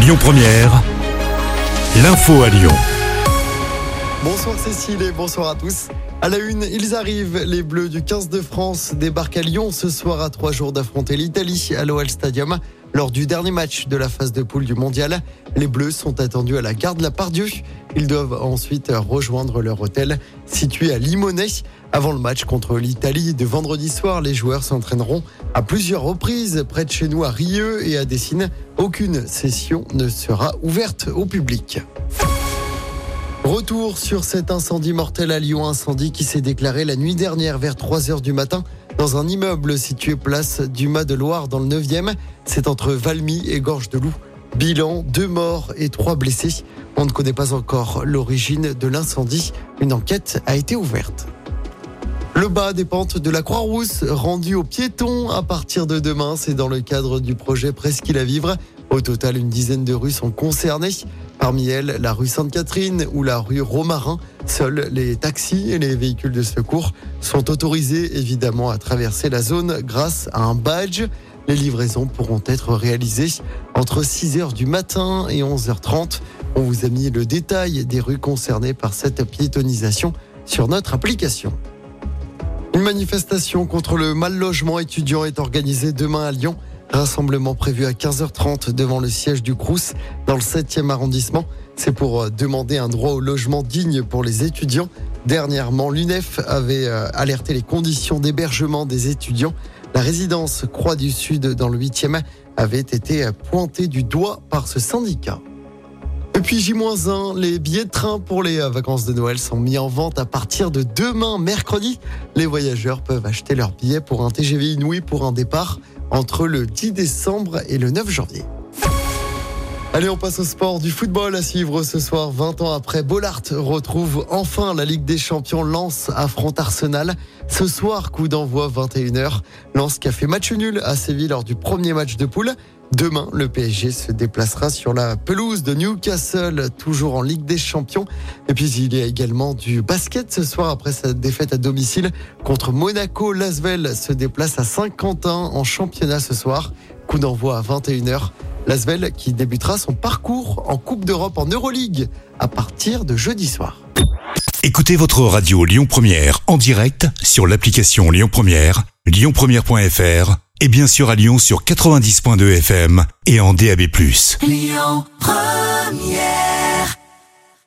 Lyon Première, l'info à Lyon. Bonsoir Cécile et bonsoir à tous. À la une, ils arrivent. Les Bleus du 15 de France débarquent à Lyon ce soir à 3 jours d'affronter l'Italie à l'OL Stadium. Lors du dernier match de la phase de poule du mondial, les Bleus sont attendus à la gare de la Part-Dieu. Ils doivent ensuite rejoindre leur hôtel situé à Limonest. Avant le match contre l'Italie de vendredi soir, les joueurs s'entraîneront à plusieurs reprises près de chez nous à Rieux et à Dessines. Aucune session ne sera ouverte au public. Retour sur cet incendie mortel à Lyon, incendie qui s'est déclaré la nuit dernière vers 3h du matin dans un immeuble situé place du Mas de Loire dans le 9e. C'est entre Valmy et Gorge-de-Loup. Bilan, 2 morts et 3 blessés. On ne connaît pas encore l'origine de l'incendie. Une enquête a été ouverte. Le bas des pentes de la Croix-Rousse rendu aux piétons à partir de demain. C'est dans le cadre du projet Presqu'île à vivre. Au total, une dizaine de rues sont concernées. Parmi elles, la rue Sainte-Catherine ou la rue Romarin. Seuls les taxis et les véhicules de secours sont autorisés évidemment à traverser la zone grâce à un badge. Les livraisons pourront être réalisées entre 6h du matin et 11h30. On vous a mis le détail des rues concernées par cette piétonisation sur notre application. Une manifestation contre le mal logement étudiant est organisée demain à Lyon. Rassemblement prévu à 15h30 devant le siège du Crous dans le 7e arrondissement. C'est pour demander un droit au logement digne pour les étudiants. Dernièrement, l'UNEF avait alerté les conditions d'hébergement des étudiants. La résidence Croix du Sud dans le 8e avait été pointée du doigt par ce syndicat. Depuis J-1, les billets de train pour les vacances de Noël sont mis en vente à partir de demain, mercredi. Les voyageurs peuvent acheter leurs billets pour un TGV Inouï pour un départ entre le 10 décembre et le 9 janvier. Allez, on passe au sport du football à suivre ce soir. 20 ans après, Bollaert retrouve enfin la Ligue des Champions. Lens affronte Arsenal. Ce soir, coup d'envoi 21h. Lens qui a fait match nul à Séville lors du premier match de poule. Demain, le PSG se déplacera sur la pelouse de Newcastle, toujours en Ligue des Champions. Et puis, il y a également du basket ce soir après sa défaite à domicile contre Monaco. L'Asvel se déplace à Saint-Quentin en championnat ce soir. Coup d'envoi à 21h. L'Asvel qui débutera son parcours en Coupe d'Europe en Euroleague à partir de jeudi soir. Écoutez votre radio Lyon Première en direct sur l'application Lyon Première, lyonpremière.fr et bien sûr à Lyon sur 90.2 FM et en DAB+. Lyon Première.